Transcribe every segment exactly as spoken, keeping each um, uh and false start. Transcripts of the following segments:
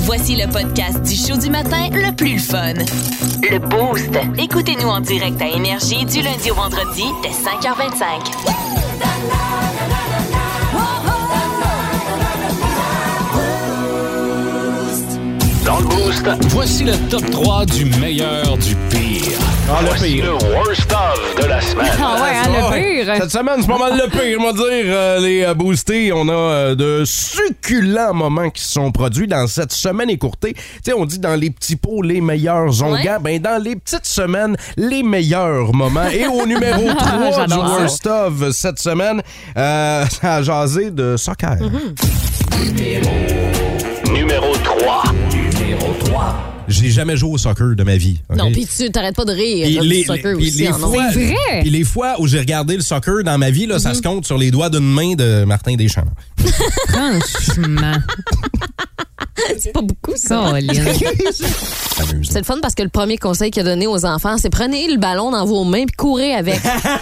Voici le podcast du show du matin le plus le fun. Le Boost. Écoutez-nous en direct à Énergie du lundi au vendredi dès cinq heures vingt-cinq. Dans le Boost, voici le top trois du meilleur du pire. Ah, le voici pire. le worst of de la semaine. Ah ouais, hein, le pire. Cette semaine, c'est pas mal le pire, on va dire. Euh, les euh, boostés, on a euh, de succulents moments qui se sont produits dans cette semaine écourtée. Tu sais, on dit dans les petits pots, les meilleurs onguents. Ben, dans les petites semaines, les meilleurs moments. Et au numéro trois du J'adore ça. Worst of cette semaine, euh, ça a jasé de soccer. Numéro trois. Numéro trois. J'ai jamais joué au soccer de ma vie. ok? Non, puis tu t'arrêtes pas de rire. Puis du les, soccer les- aussi, les en fois, ondes. C'est vrai? Puis les fois où j'ai regardé le soccer dans ma vie, là, ça se compte sur les doigts d'une main de Martin Deschamps. Franchement. C'est pas beaucoup, ça. Colin. C'est le fun parce que le premier conseil qu'il a donné aux enfants, c'est prenez le ballon dans vos mains puis courez avec.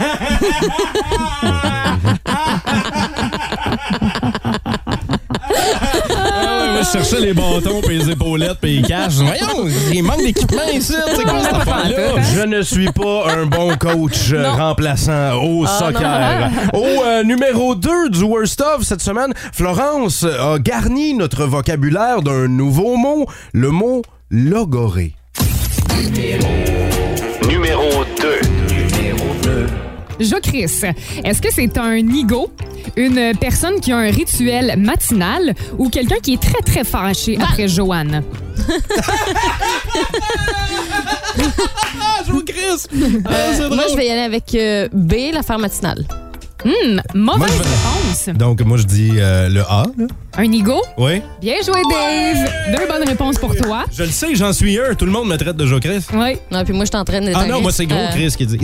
Moi, je cherchais les bâtons, puis les épaulettes, puis les caches. Voyons, il manque d'équipement ici. C'est quoi cette affaire-là? Je ne suis pas un bon coach euh, remplaçant au Ah, soccer. Au euh, numéro deux du Worst of cette semaine, Florence a garni notre vocabulaire d'un nouveau mot, le mot logoré. Numéro deux. Jo Chris, est-ce que c'est un nigo, une personne qui a un rituel matinal ou quelqu'un qui est très, très fâché après Joanne? Jo Chris! Euh, moi, je vais y aller avec euh, B, l'affaire matinale. Hum, mauvaise Moi, je vais- réponse. Donc, moi, je dis euh, le A. Là. Un nigo? Oui. Bien joué, Dave. Deux bonnes réponses pour toi. Je le sais, j'en suis un. Tout le monde me traite de Jo Chris. Oui. Non, puis moi, je t'entraîne d'être Ah un non, moi, c'est Gros euh, Chris qui dit.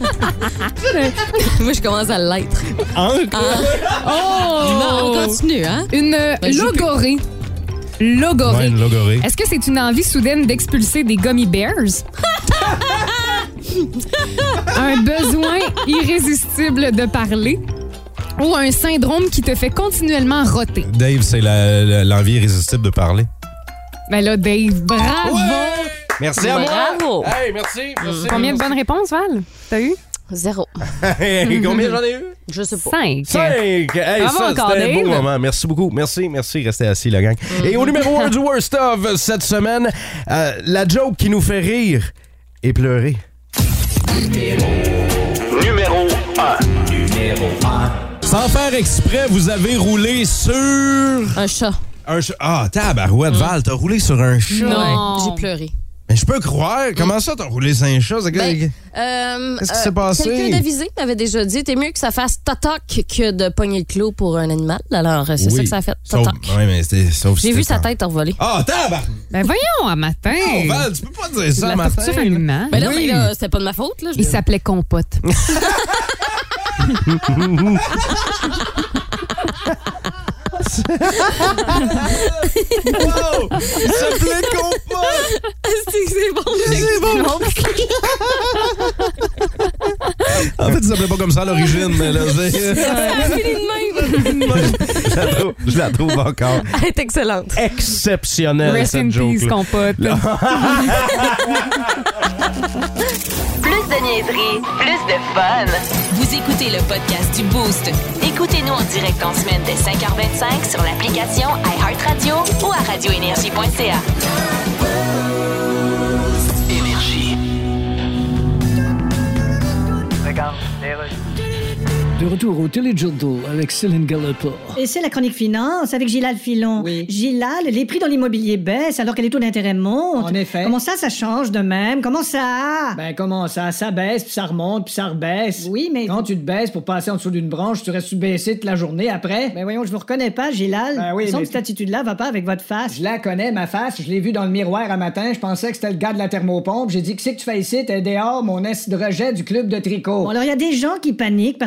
Moi, je commence à l'être. Hein? Oh! Non, on continue, hein? Une euh, Ben, je- logorée. Logorée. Ouais, une logorée. Est-ce que c'est une envie soudaine d'expulser des gummy bears? Un besoin irrésistible de parler? Ou un syndrome qui te fait continuellement roter? Dave, c'est la- la- l'envie irrésistible de parler. Ben là, Dave, bravo! Merci à moi. Bravo. Hey, merci. merci Combien de bonnes réponses, Val? T'as eu? Zéro. Hey, combien j'en ai eu? Je sais pas. Cinq. Cinq. Hey, Bravo ça, encore, c'était un beau Dave. moment. Merci beaucoup. Merci, merci. Restez assis, la gang. Et au numéro un du Worst of cette semaine, euh, la joke qui nous fait rire et pleurer. Numéro un. Numéro un. Sans faire exprès, vous avez roulé sur... Un chat. Un chat. Ah, tabarouette, Val, t'as roulé sur un chat. Non. Ouais, j'ai pleuré. Mais je peux croire. Comment ça, t'as roulé sur un chat? C'est que- Ben, Euh, Qu'est-ce qui s'est passé? Quelqu'un d'avisé m'avait déjà dit t'es mieux que ça fasse totoc que de pogner le clou pour un animal. Alors, c'est Oui. ça que ça a fait. Sauf, Totoc. ouais, mais c'était, sauf J'ai c'était vu sa pas- tête envoler. Ah, tabac! Ben voyons, à matin. Oh, Val, tu peux pas dire ça la à matin. torture animale. Ben là, Oui. mais là, c'était pas de ma faute. Là. Je Il s'appelait Compote. Wow! Il s'appelait Compote! c'est bon. C'est bon! En fait, il s'appelait pas comme ça à l'origine, mais là, c'est... je, la trouve, je la trouve encore Elle est excellente. exceptionnelle, Rest cette in joke peace, Compote. Plus de niaiserie, plus de fun. Vous écoutez le podcast du Boost. Écoutez-nous en direct en semaine dès cinq heures vingt-cinq sur l'application iHeartRadio ou à radio énergie point c a. Énergie. De retour au Téléjournal avec Céline Galloport. Et c'est la chronique finance avec Gilal Filon. Oui. Gilal, les prix dans l'immobilier baissent alors que les taux d'intérêt montent. En effet. Comment ça, ça change de même? Comment ça? Ben comment ça? Ça baisse, puis ça remonte, puis ça rebaisse. Oui, mais... Quand tu te baisses pour passer en dessous d'une branche, tu restes baissé toute la journée après? Ben voyons, je vous reconnais pas, Gilal. Ben oui, Il me semble mais- que cette attitude-là va pas avec votre face. Je la connais, ma face. Je l'ai vue dans le miroir un matin. Je pensais que c'était le gars de la thermopompe. J'ai dit, qu'est-ce que tu fais ici? T'es dehors, mon est de rejet du club de tricot. Bon, alors il y a des gens qui paniquent parce qu'ils pensent avoir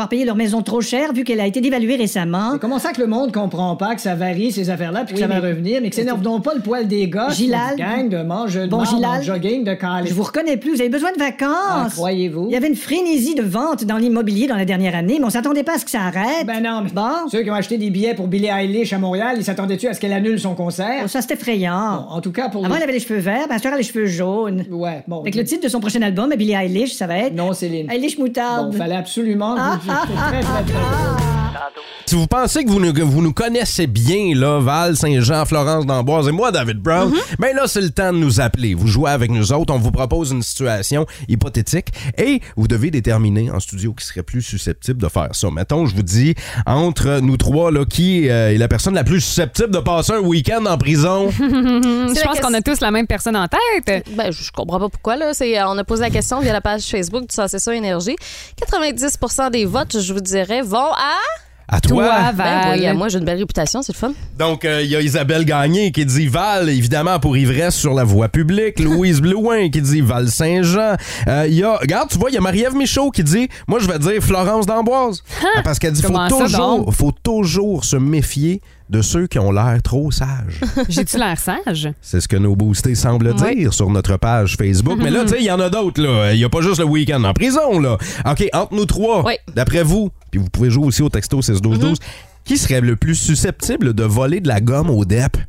avoir payé leur maison trop cher vu qu'elle a été dévaluée récemment. C'est comment ça que le monde comprend pas que ça varie, ces affaires-là, puis que Oui, ça va mais- revenir, mais que s'énerve donc pas le poil des gars. Gilal. Gang de mange de Bon, marde, Gilal. en jogging de calice. Je vous reconnais plus, vous avez besoin de Ah, vacances. croyez-vous? Il y avait une frénésie de vente dans l'immobilier dans la dernière année, mais on s'attendait pas à ce que ça arrête. Ben non, mais Bon. ceux qui ont acheté des billets pour Billie Eilish à Montréal, ils s'attendaient-tu à ce qu'elle annule son concert? Oh, ça, c'est effrayant. Bon, en tout cas, pour Avant, les- elle avait les cheveux verts, ben, elle a les cheveux jaunes. Ouais, bon. Avec le titre de son prochain album, Billie Eilish, ça va être Non, Céline. Eilish Moutarde. Bon, fallait absolument que Ah, vous... ah, C'est ah, très, très, ah, très ah. Si vous pensez que vous nous, que vous nous connaissez bien, là, Val, Saint-Jean, Florence d'Amboise et moi, David Brown, Mm-hmm. ben là, c'est le temps de nous appeler. Vous jouez avec nous autres, on vous propose une situation hypothétique et vous devez déterminer en studio qui serait plus susceptible de faire ça. Mettons, je vous dis, entre nous trois, là, qui euh, est la personne la plus susceptible de passer un week-end en prison? Je la pense qu'on a tous la même personne en tête. Ben, je je comprends pas pourquoi. Là. C'est, on a posé la question via la page Facebook du Sensé ça Énergie. quatre-vingt-dix pour cent des votes, je vous dirais, vont à... À toi? Toi, Ben, Val. oui, moi, j'ai une belle réputation, c'est le fun. Donc, il euh, y a Isabelle Gagné qui dit Val, évidemment, pour ivresse sur la voie publique. Louise Blouin qui dit Val-Saint-Jean. Il euh, y a, regarde, tu vois, il y a Marie-Ève Michaud qui dit, moi, je vais dire Florence d'Amboise. Ah, parce qu'elle dit, faut Comment ça, toujours, donc? faut toujours se méfier de ceux qui ont l'air trop sages. J'ai-tu l'air sage? C'est ce que nos boostés semblent Oui. dire sur notre page Facebook. Mais là, tu sais, il y en a d'autres, là. Il n'y a pas juste le week-end en prison, là. OK, entre nous trois, Oui. d'après vous, puis vous pouvez jouer aussi au texto six douze douze, qui serait le plus susceptible de voler de la gomme au D E P?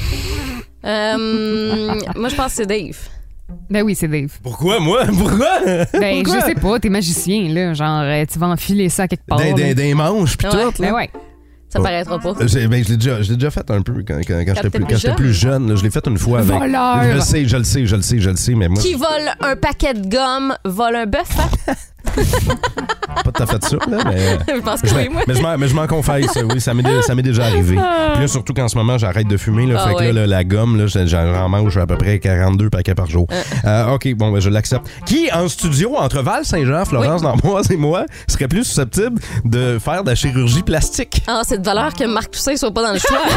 Euh, moi, je pense que c'est Dave. Ben oui, c'est Dave. Pourquoi, moi? Pourquoi? Ben, Pourquoi? je sais pas, t'es magicien, là. Genre, euh, tu vas enfiler ça quelque part. Des, là. des, des manches, puis Ouais. tout. là. Ben ouais. Ça paraîtra pas. J'ai- ben, je l'ai déjà, je l'ai déjà fait un peu quand, quand, quand j'étais t'étais plus, plus quand j'étais jeune? plus jeune. là. Je l'ai fait une fois avec. Voleur! Je le sais, je le sais, je le sais, je le sais, mais moi, Qui vole un paquet de gomme, vole un bœuf. Hein? j'ai pas tout à fait ça, là, mais. Je pense que Je oui, m'en- moi. mais je m'en, mais je m'en confesse, oui, ça m'est, dé- ça m'est déjà arrivé. Puis là, surtout qu'en ce moment, j'arrête de fumer, là, Ah fait que ouais. là, la, la gomme, là, j'en j'en mange à peu près quarante-deux paquets par jour. Euh, OK, bon, ben, je l'accepte. Qui, en studio, entre Val-Saint-Jean, Florence d'Amboise et moi, serait plus susceptible de faire de la chirurgie plastique? Ah, c'est de valeur que Marc Toussaint soit pas dans le choix.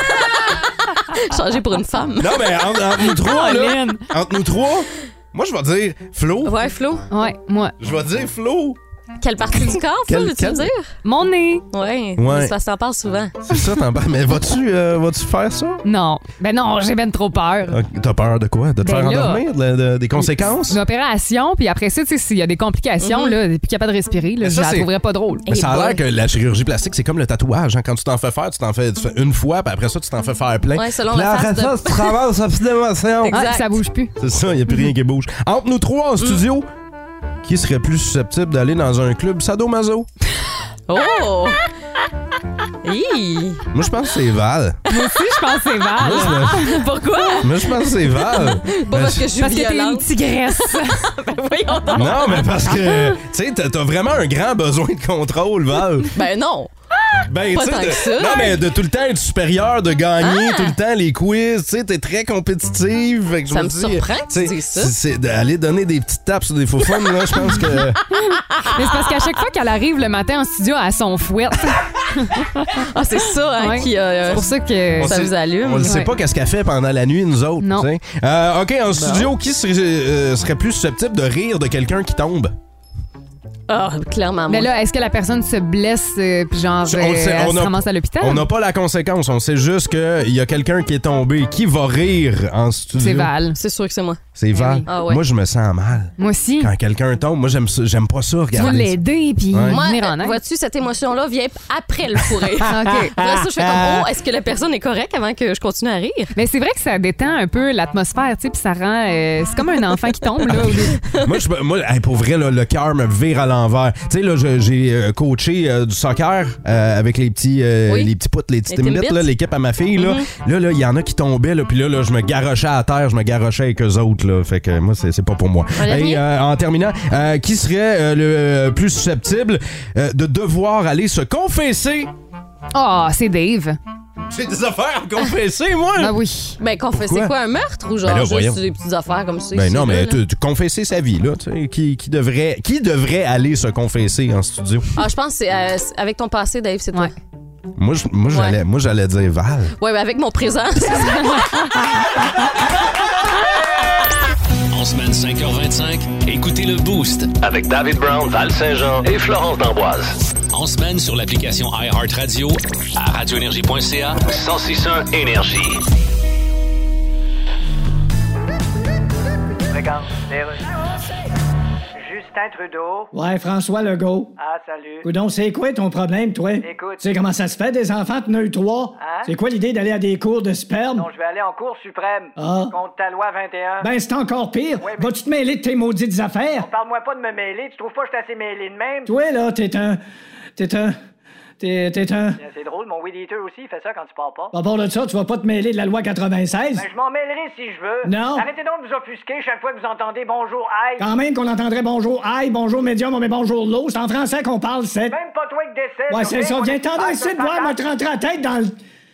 Changer pour une femme. Non, mais entre, entre nous trois, là, Colin. entre nous trois, moi, je vais dire Flo. Ouais, Flo. Ouais, moi. Je vais dire Flo. Quelle partie du corps, Flo, Quel- veux-tu quel- me dire? Mon nez. Ouais. Ouais. C'est parce que t'en parles souvent. C'est ça, t'en parles. Mais vas-tu, euh, vas-tu faire ça? Non. Ben non, j'ai ben trop peur. Ah, T'as peur de quoi? De te Ben faire là- endormir? De- de- des conséquences? Une opération, puis après ça, tu sais, s'il y a des complications, là, t'es plus capable de respirer, là, Mais je ça, la c'est- trouverais pas drôle. Mais ça a boy. l'air que la chirurgie plastique, c'est comme le tatouage. Hein? Quand tu t'en fais faire, tu t'en fais, tu fais une fois, puis après ça, tu t'en fais faire plein. Ouais, selon Puis la là, face après de- ça, tu traverses la petite émotion. Exact. Ah, ça bouge plus. C'est ça, il n'y a plus rien qui bouge. Entre nous trois en studio, qui serait plus susceptible d'aller dans un club sadomaso? Oh! Hi. Moi, je pense que c'est Val. Moi aussi, je pense que c'est Moi, Val. je, Pourquoi? moi, je pense que c'est Val. Pas parce que je suis Parce que t'es une violente. tigresse. Voyons donc. Non, mais parce que, tu sais, t'as t'as vraiment un grand besoin de contrôle, Val. Ben non. Ben, Pas tu sais, tant de- que ça. non, mais de tout le temps être supérieur, de gagner Ah. tout le temps les quiz, tu sais, t'es très compétitive. Fait que je Ça me me dis, surprend que tu tu sais, dises ça. c'est- c'est d'aller donner des petites tapes sur des faux fun, là, je pense que. Mais c'est parce qu'à chaque fois qu'elle arrive le matin en studio, elle a son fouette. Ah, c'est ça, hein, Ouais. qui euh, C'est pour ça que. On ça sait- vous allume. On ne sait Ouais. pas qu'est-ce qu'elle fait pendant la nuit, nous autres. Non. tu sais. Euh, OK, en studio, qui serait, euh, serait plus susceptible de rire de quelqu'un qui tombe? Ah, clairement, moi. Mais là, est-ce que la personne se blesse, euh, puis genre, On le euh, sait, elle on se a- ramasse à l'hôpital? On n'a pas la conséquence. On sait juste qu'il y a quelqu'un qui est tombé. Qui va rire en studio? C'est Val. C'est sûr que c'est moi. C'est Val. oui. Ah ouais. Moi, je me sens mal. Moi aussi. Quand quelqu'un tombe, moi, j'aime, ça- j'aime pas ça, Tu vas regarder. l'aider, puis Ouais. Moi, venir en euh, aide. vois-tu, cette émotion-là vient après le fourré. OK. Après ça, je fais comme, oh, est-ce que la personne est correcte avant que je continue à rire? Mais c'est vrai que ça détend un peu l'atmosphère, tu sais, puis ça rend. euh, c'est comme un enfant qui tombe, là. au début. moi, je, moi hey, pour vrai, là, le cœur me vire à l'envers. Tu sais, là, je- j'ai euh, coaché euh, du soccer euh, avec les petits, euh, Oui. les petits poutres, les petits Les Timbits, Timbits. là, l'équipe à ma fille. Là, là, là, il y en a qui tombaient, là, puis là, là, je me garochais à terre, je me garochais avec eux autres. Là, fait que moi, c'est, c'est pas pour moi. Un dernier? Et, euh, en terminant, euh, qui serait euh, le euh, plus susceptible euh, de devoir aller se confesser? Ah, c'est Dave. J'ai des affaires à confesser, moi! Ah oui. Ben, confesser Pourquoi? quoi, un meurtre ou genre Ben là, juste voyons. des petites affaires comme ça? Ben ici, non, là, mais là? tu, tu confesser sa vie, là. Tu sais, qui, qui, devrait, qui devrait aller se confesser en studio? Ah, je pense que c'est euh, c'est- avec ton passé, Dave, c'est toi. Ouais. Moi, je- moi, Ouais. j'allais, moi, j'allais dire Val. Ouais, mais avec mon présent. En semaine cinq heures vingt-cinq, écoutez le Boost avec David Brown, Val Saint-Jean et Florence d'Amboise. En semaine sur l'application iHeartRadio, à radio énergie point c a, cent six point un Énergie. Regarde, les rues. Justin Trudeau. Ouais, François Legault. Ah, salut. Coudon, c'est quoi ton problème, toi? Écoute. Tu sais comment ça se fait, des enfants de eu trois? Hein? C'est quoi l'idée d'aller à des cours de sperme? Non, je vais aller en Cour suprême. Ah. Contre ta loi vingt et un. Ben, c'est encore pire. Ouais, mais- Vas-tu te mêler de tes maudites affaires? Non, parle-moi pas de me mêler. Tu trouves pas que je suis assez mêlé de même? Toi, là, t'es un... T'es un... T'es, t'es un... Bien, c'est drôle, mon weed eater aussi, il fait ça quand tu parles pas. À part de ça, tu vas pas te mêler de la loi quatre-vingt-seize? Ben, je m'en mêlerai si je veux. Non. Arrêtez donc de vous offusquer chaque fois que vous entendez bonjour, aïe. Quand même qu'on entendrait bonjour aïe, bonjour médium, mais bonjour l'eau. C'est en français qu'on parle, c'est... Même pas toi qui décède. Ouais, c'est ça. Viens t'en dans ici de voir, m'a te rentrer la tête dans le...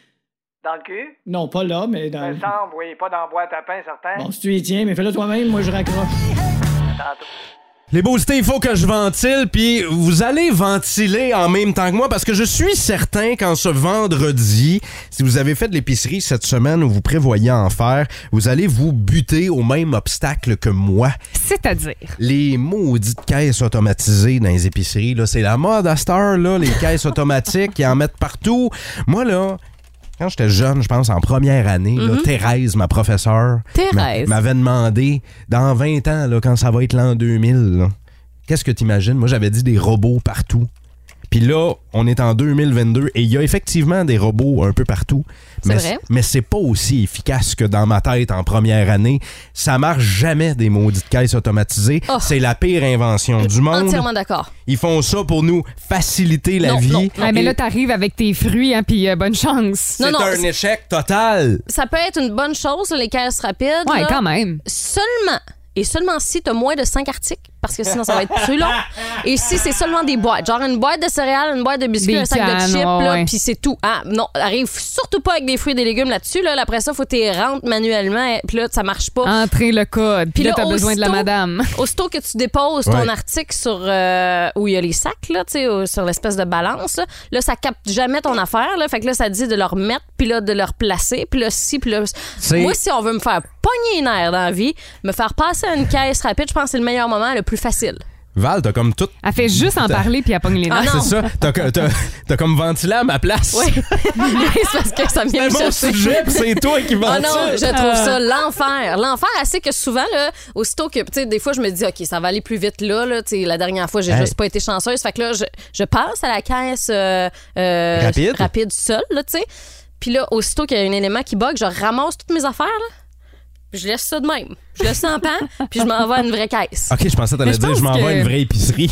Dans le cul? Non, pas là, mais dans Ça le... me semble, oui, pas dans la boîte à pain, certain. Bon, si tu y tiens, mais fais-le toi-même, moi je raccroche. Tantôt. Les boostés, il faut que je ventile, puis vous allez ventiler en même temps que moi, parce que je suis certain qu'en ce vendredi, si vous avez fait de l'épicerie cette semaine ou vous prévoyez en faire, vous allez vous buter au même obstacle que moi. C'est-à-dire? Les maudites caisses automatisées dans les épiceries, là, c'est la mode à cette heure, là, les caisses automatiques, ils en mettent partout. Moi, là... Quand j'étais jeune, je pense en première année, là, Mm-hmm. Thérèse, ma professeure, Thérèse. m'a- m'avait demandé, dans vingt ans, là, quand ça va être l'an deux mille, là, qu'est-ce que t'imagines? Moi, j'avais dit des robots partout. Puis là, on est en deux mille vingt-deux et il y a effectivement des robots un peu partout. C'est Mais, vrai. mais c'est pas aussi efficace que dans ma tête en première année. Ça marche jamais, des maudites caisses automatisées. Oh. C'est la pire invention du monde. Entièrement d'accord. Ils font ça pour nous faciliter la Non, vie. non. Ouais, mais Et là, t'arrives avec tes fruits, hein, puis euh, bonne chance. c'est Non, non, un c'est- échec total. Ça peut être une bonne chose, là, les caisses rapides. Ouais, là. quand même. Seulement, et seulement si tu as moins de cinq articles, parce que sinon ça va être plus long. Et si c'est seulement des boîtes, genre une boîte de céréales, une boîte de biscuits, Des un sac cannes, de chips, ouais, là, ouais. puis c'est tout. Ah, non, arrive surtout pas avec des fruits et des légumes là-dessus. Là. Après ça, faut t'y rentres manuellement, puis là, ça marche pas. Entrer le code, puis Puis là, là, t'as besoin de la aussitôt- madame. Aussitôt que tu déposes ton Ouais. article sur euh, où il y a les sacs, là, tu sais, au- sur l'espèce de balance, là, là, ça capte jamais ton affaire. Là, fait que là, ça dit de le remettre, puis là, de le replacer, puis là, si, puis là... C'est- Moi, si on veut me faire pogner les nerfs dans la vie, me faire passer à une caisse rapide, je pense que c'est le meilleur moment, le plus facile. Val, t'as comme tout. Elle fait juste en parler, puis elle pogne les Ah, nerfs. non. C'est ça. T'as, t'as- t'as comme ventilé à ma place. Oui. c'est parce que ça me vient C'est me mon chercher. sujet, pis c'est toi qui Ah ventile. non, je trouve ça l'enfer. L'enfer, assez que souvent, là, aussitôt que, tu sais, des fois, je me dis, OK, ça va aller plus vite là, là. Tu sais, la dernière fois, j'ai Hey. juste pas été chanceuse. Fait que là, je, je passe à la caisse euh, euh, Rapide. rapide seule, là, tu sais. Puis là, aussitôt qu'il y a un élément qui bug, je ramasse toutes mes affaires, là. Puis je laisse ça de même. Je laisse ça en pan, puis je m'en vais à une vraie caisse. OK, je pensais que t'allais Mais je dire pense je m'en vais à que- une vraie épicerie.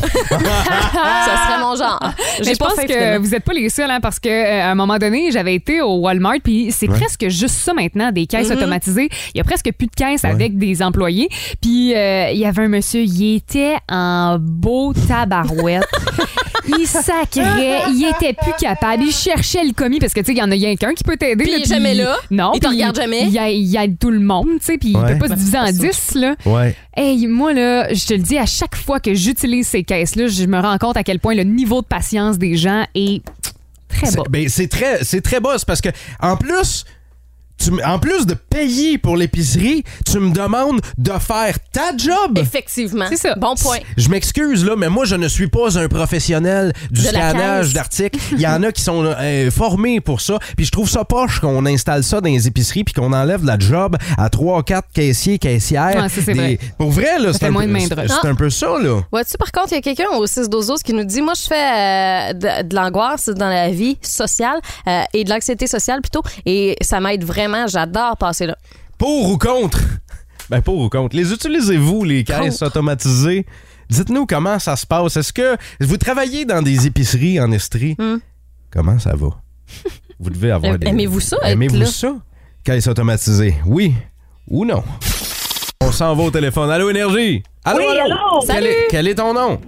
Ça serait mon genre. Mais J'ai je pas pense faim, que finalement. vous n'êtes pas les seuls, hein, parce que euh, à un moment donné, j'avais été au Walmart, puis c'est presque juste ça maintenant, des caisses Mhm. automatisées. Il y a presque plus de caisses Ouais. avec des employés. Puis euh, il y avait un monsieur, il était en beau tabarouette. Il sacrait, il était plus capable. Il cherchait le commis parce que tu sais, il y en a, il y a quelqu'un qui peut t'aider. Puis là, il est jamais là. Non, Il te puis regarde jamais. Il aide, il aide tout le monde, tu sais, puis Ouais. il peut pas se diviser en dix là. Ouais. Hey, moi, là, je te le dis, à chaque fois que j'utilise ces caisses-là, je me rends compte à quel point le niveau de patience des gens est très C'est, bas. ben, c'est très, c'est très bas. C'est parce que, en plus, tu, m- en plus de payer pour l'épicerie, tu me demandes de faire ta job. Effectivement. C'est ça. Bon point. Je m'excuse, là, mais moi, je ne suis pas un professionnel du De la scannage caisse. d'articles. Il y en a qui sont euh, formés pour ça. Puis je trouve ça poche qu'on installe ça dans les épiceries puis qu'on enlève la job à trois quatre caissiers, caissières. Ouais, ça, c'est Des- vrai. Pour vrai, là, c'est fait un, moins peu, de main c'est, d'œuvre. c'est un peu ça, là. Vois-tu, par contre, il y a quelqu'un au six douze douze qui nous dit, moi, je fais euh, de, de l'angoisse dans la vie sociale euh, et de l'anxiété sociale plutôt, et ça m'aide vraiment. J'adore passer là. Pour ou contre? Ben, pour ou contre. Les utilisez-vous, les caisses Contre. automatisées? Dites-nous comment ça se passe. Est-ce que vous travaillez dans des épiceries en Estrie? Hmm. Comment ça va? Vous devez avoir des... Aimez-vous ça, être Aimez-vous là? ça? Caisse automatisée, oui ou non? On s'en va au téléphone. Allô, Énergie? Allô, Oui, allô? Quel Salut! est, quel est ton nom?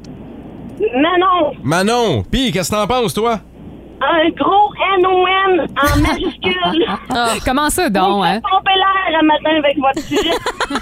Manon, Manon. Pis, qu'est-ce que t'en penses, toi? un gros N O N en majuscule. Ah, comment ça donc, hein? Pomper l'air un matin avec votre sujet.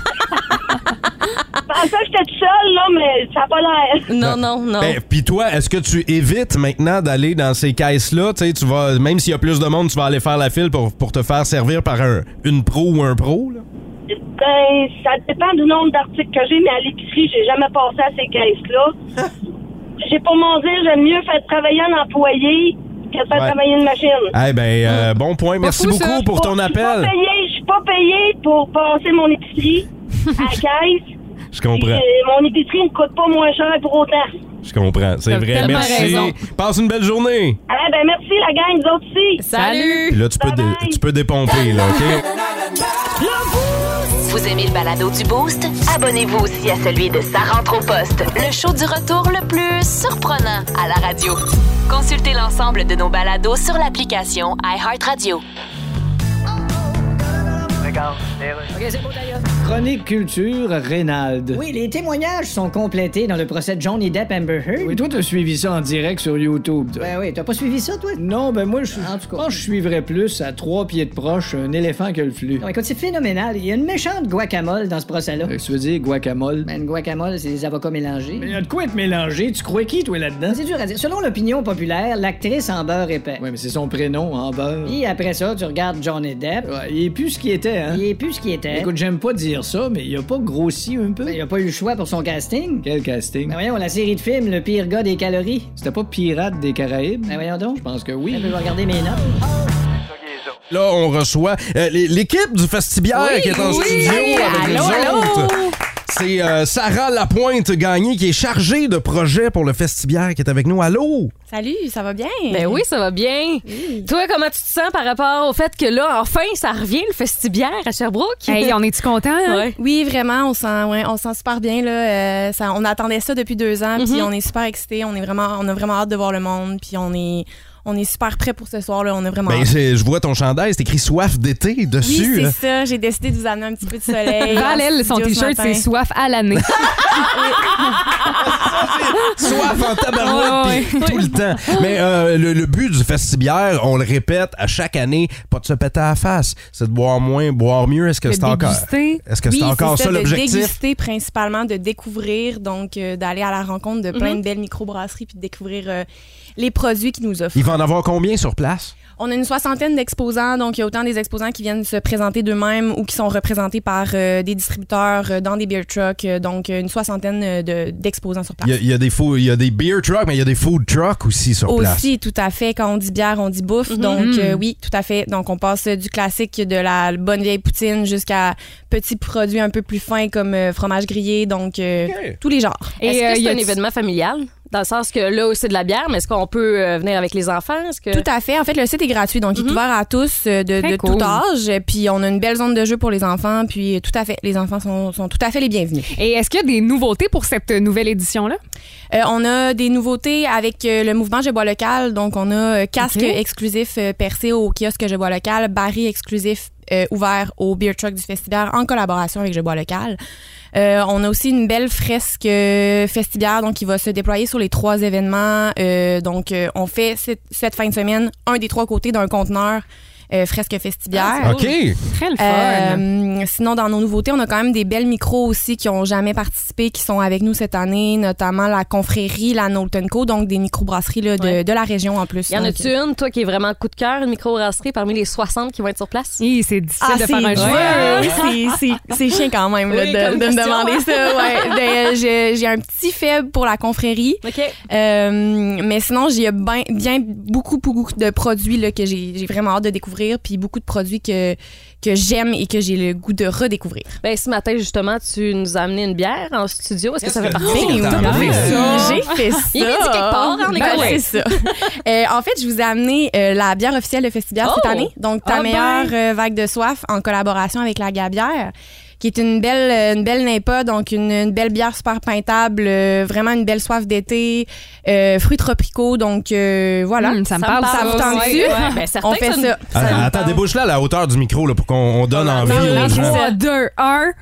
Je pensais que j'étais toute seule, là, mais ça n'a pas l'air. Non, non, non. Ben, puis toi, est-ce que tu évites maintenant d'aller dans ces caisses-là? Tu sais, tu vas, même s'il y a plus de monde, tu vas aller faire la file pour, pour te faire servir par un, une pro ou un pro, là? Ben, ça dépend du nombre d'articles que j'ai, mais à l'épicerie, j'ai jamais passé à ces caisses-là. j'ai pour mon dire, j'aime mieux faire travailler un employé que de faire Ouais. travailler une machine. Eh ben, euh, bon point. Merci fou, beaucoup ça. pour ton Je suis pas appel. payée, je suis pas payée pour passer mon épicerie à la caisse. Je Puis, comprends. euh, mon épicerie ne coûte pas moins cher pour autant. Je comprends. C'est T'as vrai. tellement Merci. raison. Passe une belle journée. Ah ben merci la gang, vous autres aussi. Salut! Puis là, tu peux, dé- Bye-bye. tu peux dépomper, là, OK? Vous aimez le balado du Boost? Abonnez-vous aussi à celui de Sa rentre au poste, le show du retour le plus surprenant à la radio. Consultez l'ensemble de nos balados sur l'application iHeartRadio. Regarde, les rues. OK, c'est beau d'ailleurs. Chronique culture, Reynald. Oui, les témoignages sont complétés dans le procès de Johnny Depp Amber Heard. Oui, toi, t'as suivi ça en direct sur YouTube, toi. Ben oui, t'as pas suivi ça, toi? Non, ben moi, je En tout cas. je pense que je suivrais plus à trois pieds de proche un éléphant que le flux. Non, écoute, c'est phénoménal. Il y a une méchante guacamole dans ce procès-là. Qu'est-ce que tu veux dire, guacamole? Ben, une guacamole, c'est des avocats mélangés. Mais y a de quoi être mélangé? Tu crois qui, toi, là-dedans? C'est dur à dire. Selon l'opinion populaire, l'actrice en beurre épais. Ouais, mais c'est son prénom, en beurre. Puis après ça, tu regardes Johnny Depp. Ouais, il est plus ce qu'il était, hein? Il est plus ce qu'il était. Écoute, j'aime pas dire ça, mais il a pas grossi un peu? Ben, il a pas eu le choix pour son casting. Quel casting? Ben voyons, la série de films, le pire gars des calories. C'était pas Pirates des Caraïbes? Ben voyons donc. Je pense que Je oui. vais regarder mes notes. Ça qui est ça. Là, on reçoit euh, l'é- l'équipe du Festibiaire Oui, qui est en oui. studio avec Allô, nous allô. autres. C'est euh, Sarah Lapointe-Gagné qui est chargée de projet pour le Festibiaire qui est avec nous. Allô? Salut, ça va bien? Ben oui, ça va bien. Toi, comment tu te sens par rapport au fait que là, enfin, ça revient, le Festibiaire à Sherbrooke? Hey, on est-tu content? Hein? Ouais. Oui, vraiment, on sent, ouais, on sent super bien. Là, euh, ça, on attendait ça depuis deux ans, puis Mhm. on est super excités. On est vraiment, on a vraiment hâte de voir le monde, puis on est, on est super prêts pour ce soir. Là, on a vraiment. Ben, hâte. c'est- je vois ton chandail, c'est écrit soif d'été Oui, dessus. c'est là. ça. J'ai décidé de vous amener un petit peu de soleil. Val, elle, en son studio ce t-shirt, matin. c'est soif à l'année. Soif en tabarouette Ouais, pis tout le temps. Mais euh, le, le but du Festibiaire, on le répète à chaque année, pas de se péter à la face, c'est de boire moins, boire mieux. Est-ce que Le c'est encore, déguster. est-ce que Oui, c'est encore c'est ça, de l'objectif? déguster principalement, de découvrir, donc euh, d'aller à la rencontre de plein Mhm. de belles microbrasseries puis de découvrir euh, les produits qu'ils nous offrent. Il va en avoir combien sur place? On a une soixantaine d'exposants, donc il y a autant des exposants qui viennent se présenter d'eux-mêmes ou qui sont représentés par euh, des distributeurs euh, dans des beer trucks, euh, donc une soixantaine euh, de, d'exposants sur place. Il y, a, il y a des fo- il y a des beer trucks, mais il y a des food trucks aussi sur place. Aussi, tout à fait. Quand on dit bière, on dit bouffe. Mhm. Donc, euh, oui, tout à fait. Donc, on passe euh, du classique de la bonne vieille poutine jusqu'à petits produits un peu plus fins comme euh, fromage grillé. Donc, euh, Ok. tous les genres. Est-ce Et, que euh, c'est y un a-tu- événement familial? Dans le sens que là, c'est de la bière, mais est-ce qu'on peut euh, venir avec les enfants? Est-ce que... Tout à fait. En fait, le site est gratuit, donc il est Mhm. ouvert à tous euh, de, Très de cool. tout âge. Puis on a une belle zone de jeu pour les enfants. Puis euh, tout à fait, les enfants sont, sont tout à fait les bienvenus. Et est-ce qu'il y a des nouveautés pour cette nouvelle édition-là? Euh, on a des nouveautés avec euh, le mouvement Je bois local. Donc on a euh, casque Ok. exclusif euh, percé au kiosque Je bois local, baril exclusif euh, ouvert au beer truck du festival en collaboration avec Je bois local. Euh, on a aussi une belle fresque euh, festivière donc qui va se déployer sur les trois événements. Euh, donc euh, on fait cette, cette fin de semaine un des trois côtés d'un conteneur euh, fresque festivière. OK. Très le fun. Euh, sinon, dans nos nouveautés, on a quand même des belles micros aussi qui ont jamais participé, qui sont avec nous cette année, notamment la Confrérie, la Knowlton Co, donc des microbrasseries là, de, Ouais. de la région en plus. Y en Donc, a-tu une, toi, qui est vraiment coup de cœur, une microbrasserie parmi les soixante qui vont être sur place? Hi, c'est difficile Ah, de c'est faire un dur. choix. Oui, c'est- c'est- c'est chiant quand même là, Oui, de, comme de me question, demander hein? ça. Ouais. Ben, j'ai, j'ai un petit faible pour la Confrérie. OK. Euh, mais sinon, j'ai bien, bien beaucoup, beaucoup de produits là, que j'ai, j'ai vraiment hâte de découvrir, puis beaucoup de produits que, que j'aime et que j'ai le goût de redécouvrir. Ben, ce matin, justement, tu nous as amené une bière en studio. Est-ce que ça fait partie Oh, de t'as ta pas fait bière? J'ai fait ça. Il est dit quelque part, hein, on est Ben correct. ouais, c'est ça. Euh, en fait, je vous ai amené euh, la bière officielle de Festibière Oh! cette année. Donc, ta Ah ben! meilleure euh, vague de soif en collaboration avec la Gabière, qui est une belle, euh, une belle N E P A, donc une, une belle bière super peintable, euh, vraiment une belle soif d'été, euh, fruits tropicaux. Donc, euh, voilà. Hum, ça me Ça me parle, ça parle, vous tente ouais. dessus? Ouais, ben, certain On que fait ça ça. nous- Ah, Ça me attends, parle. débouche-la à la hauteur du micro là, pour qu'on on donne envie non, aux non, gens. c'est trois, deux, un.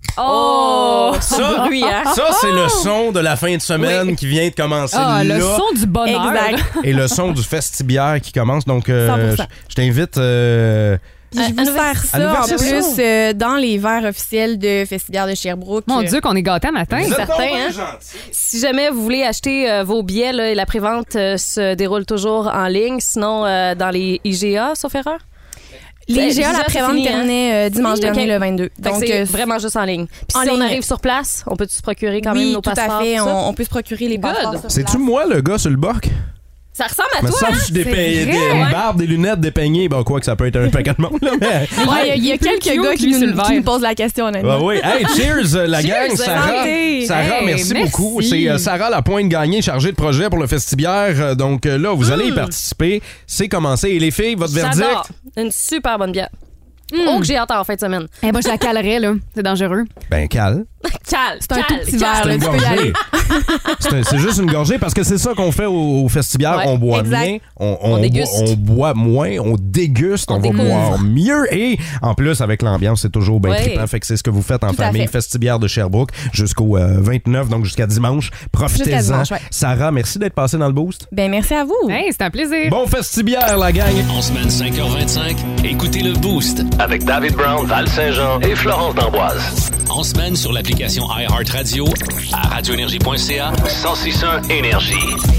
Oh! Ça, bruit, hein? ça c'est le son de la fin de semaine qui vient de commencer Ah, là. le son du bonheur. Exact. Et le son du Festibiaire qui commence. Donc, euh, cent pour je, cent. je t'invite... euh, Puis je À- à vous nous sers verser- à nous ça en verser plus ça. euh, dans les verres officiels de Festibière de Sherbrooke. Mon Dieu, qu'on est gâtés à matin. vous êtes certain, donc bien hein? gentil. Si jamais vous voulez acheter euh, vos billets, là, la prévente euh, se déroule toujours en ligne, sinon euh, dans les I G A, sauf erreur. Les C'est- G A, déjà, la c'est prévente fini, hein? terminait euh, dimanche Okay. dernier, le vingt-deux. Fait que Donc, c'est euh, vraiment juste en ligne. Puis en si on ligne. arrive sur place, on peut-tu se procurer quand oui, même nos tout passeports? à fait. tout ça? On, on peut se procurer les Good. passeports sur C'est-tu place. moi, le gars sur le boc? Ça ressemble à Me toi, semble hein? que je suis des C'est pe- vrai, des- une ouais. barbe, des lunettes dépeignées. Bon, quoi que ça peut être un paquet de monde, là, mais... Ouais, il y a, il y a plus quelques cute, gars qui lui, nous, sur le qui verre. nous posent la question, honnêtement. Ah oui. Hey, cheers, euh, la Cheers, gang. Sarah, santé. Sarah Hey, merci, merci. beaucoup. C'est euh, Sarah Lapointe-Gagné, chargée de projet pour le Festibiaire. Euh, Donc euh, là, vous allez y participer. C'est commencé. Et les filles, votre verdict? J'adore. Une super bonne bière. Oh, que j'ai hâte en fin de semaine. Eh, moi, je la calerais, là. C'est dangereux. Ben, cal. Cal, C'est un cal, tout petit cal. verre, C'est là, une tu peux y gorgée. aller. C'est un- c'est juste une gorgée parce que c'est ça qu'on fait au, au Festibiaire. Ouais, on boit exact. bien, on, on, On boit, déguste. on boit moins, on déguste, on, On va découvre. boire mieux. Et en plus, avec l'ambiance, c'est toujours bien Ouais. trippant. Fait que c'est ce que vous faites en Tout à famille. fait. Festibiaire de Sherbrooke jusqu'au euh, vingt-neuf, donc jusqu'à dimanche. Profitez-en. Jusqu'à dimanche, ouais. Sarah, merci d'être passée dans le boost. Ben, merci à vous. Hey, c'est un plaisir. Bon Festibiaire, la gang. En semaine cinq heures vingt-cinq, écoutez le Boost. Avec David Brown, Val Saint-Jean et Florence d'Amboise. En semaine sur l'application iHeartRadio à radio énergie point c a. cent six point un Énergie.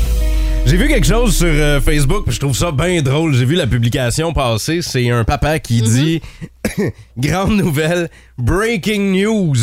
J'ai vu quelque chose sur euh, Facebook, puis je trouve ça bien drôle. J'ai vu la publication passer. C'est un papa qui dit grande nouvelle, breaking news.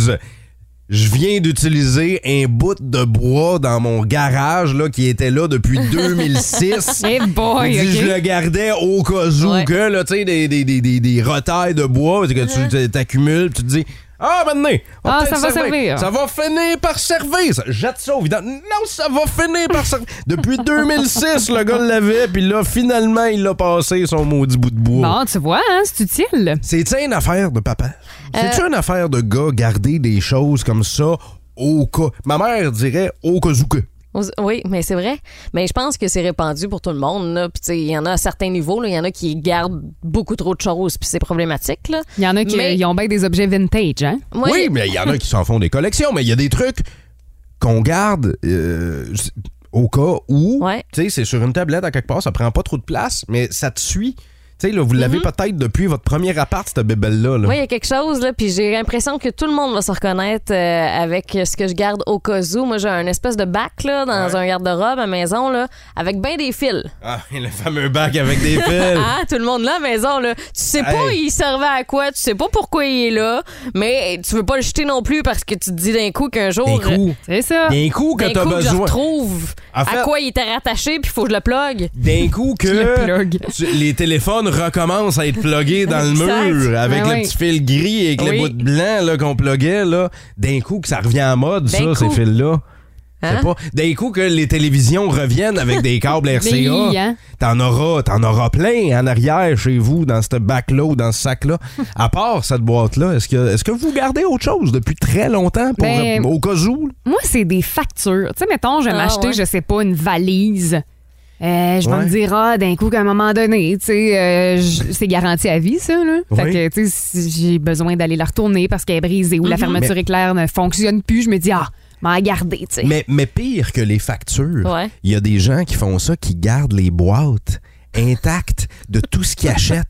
Je viens d'utiliser un bout de bois dans mon garage là, qui était là depuis deux mille six. Hey boy, Il dit, OK. je le gardais au cas où Ouais. que, là, tu sais, des, des, des, des, des retailles de bois que tu t'accumules, tu te dis... Ah, maintenant! Ah, ça va servir. Ça va finir par servir. Ça, jette ça au vidange. Non, ça va finir par servir. Depuis deux mille six, le gars l'avait, puis là, finalement, il l'a passé, son maudit bout de bois. Bon, tu vois, hein, c'est utile. C'est-tu une affaire de papa? Euh, C'est-tu une affaire de gars garder des choses comme ça au cas... Ma mère dirait au cas où que. Oui, mais c'est vrai. Mais je pense que c'est répandu pour tout le monde. Là. Puis, tu sais, il y en a à certains niveaux. là. Il y en a qui gardent beaucoup trop de choses, puis c'est problématique. Là. Il y en a qui Mais- ils ont bien des objets vintage, hein? Moi, Oui, j'ai- mais il y en a qui s'en font des collections, mais il y a des trucs qu'on garde euh, au cas où, Ouais. tu sais, c'est sur une tablette à quelque part, ça prend pas trop de place, mais ça te suit. Tu sais, là, vous l'avez Mm-hmm. peut-être depuis votre premier appart, cette bébelle-là. là. Oui, il y a quelque chose, là, puis j'ai l'impression que tout le monde va se reconnaître euh, avec ce que je garde au cas où. Moi, j'ai un espèce de bac, là, dans Ouais. un garde-robe à maison, là, avec bien des fils. Ah, le fameux bac avec des fils. Ah, tout le monde là à la maison, là. Tu sais pas Hey. il servait à quoi, tu sais pas pourquoi il est là, mais tu veux pas le jeter non plus parce que tu te dis d'un coup qu'un jour... D'un coup, C'est ça. d'un coup que d'un t'as coup, je besoin. retrouve En fait- à quoi il était rattaché, puis il faut que je le plug. D'un coup Tu le que plug. tu- les téléphones recommencent à être plugués dans le Exact. mur avec Ben le oui. petit fil gris et avec Oui. le bout de blanc là, qu'on pluguait. Là. D'un coup que ça revient en mode, ça, D'un ces coup. fils-là. Hein? C'est pas. D'un coup que les télévisions reviennent avec des câbles R C A. Oui, hein? T'en auras, t'en auras plein en arrière chez vous, dans ce bac-là ou dans ce sac-là. À part cette boîte-là, est-ce que, est-ce que vous gardez autre chose depuis très longtemps pour, Ben, au cas où? Moi, c'est des factures. Tu sais, mettons, je vais Ah, m'acheter, ouais. je sais pas, une valise. Euh, je vais Ouais. me dire, ah, d'un coup, qu'à un moment donné, tu sais, euh, je- c'est garanti à vie, ça, là. Oui. Fait que, tu sais, si j'ai besoin d'aller la retourner parce qu'elle est brisée ou la fermeture Mais- éclair ne fonctionne plus, je me dis, ah, m'en garder, tu sais. Mais, mais pire que les factures, il Ouais. y a des gens qui font ça, qui gardent les boîtes intactes de tout ce qu'ils achètent.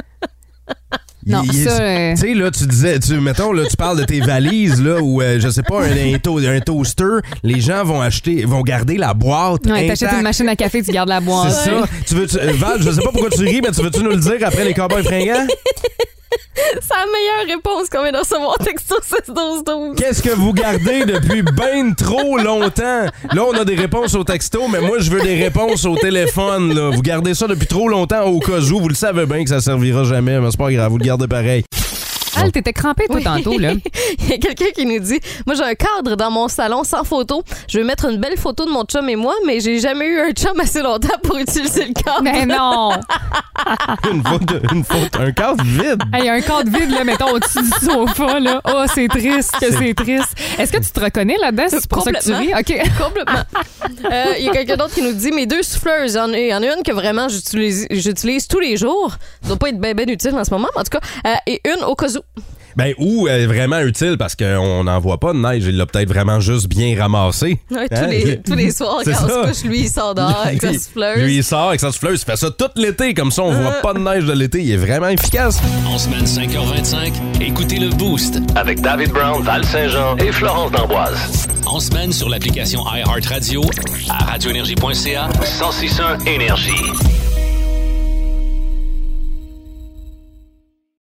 Non, Il- il- ça, euh, Tu sais, là, tu disais, tu, mettons, là, tu parles de tes valises, là, ou, euh, je sais pas, un, un, to- un toaster, les gens vont acheter, vont garder la boîte Ouais, intacte. t'achètes une machine à café, tu gardes la boîte. C'est ça. Tu veux, tu- euh, Val, je sais pas pourquoi tu ris, mais tu veux-tu nous le dire après les cowboys fringants? C'est la meilleure réponse qu'on vient de recevoir texto six douze douze. Qu'est-ce que vous gardez depuis ben trop longtemps? Là, on a des réponses au texto, mais moi, je veux des réponses au téléphone. Là. Vous gardez ça depuis trop longtemps au cas où. Vous le savez bien que ça servira jamais, mais c'est pas grave. Vous le gardez pareil. Al, t'étais crampé, toi, tantôt, là. Il y a quelqu'un qui nous dit moi j'ai un cadre dans mon salon sans photo. Je vais mettre une belle photo de mon chum et moi, mais j'ai jamais eu un chum assez longtemps pour utiliser le cadre. Mais non! Une faute, une faute, un cadre vide. Il y a un cadre vide, là, mettons, au-dessus du sofa, là. Oh, c'est triste que c'est triste. Est-ce que tu te reconnais là-dedans? C'est pour ça que tu ris? OK. Complètement. Euh, Il y a quelqu'un d'autre qui nous dit mes deux souffleuses, il y en a, il y en a une que vraiment j'utilise, j'utilise tous les jours. Ça doit pas être bien ben utile en ce moment, mais en tout cas, euh, et une au cas où. Ben, ou euh, vraiment utile parce qu'on n'en voit pas de neige. Il l'a peut-être vraiment juste bien ramassé. Ouais, tous, Hein? les, tous les soirs, C'est quand on ça. se couche, lui, il sort dehors avec sa souffleuse. Lui, il sort avec sa souffleuse. Il fait ça tout l'été. Comme ça, on voit pas de neige de l'été. Il est vraiment efficace. En semaine cinq heures vingt-cinq, écoutez le Boost. Avec David Brown, Val Saint-Jean et Florence d'Amboise. En semaine sur l'application iHeartRadio à radio énergie point c a. cent six point un Énergie.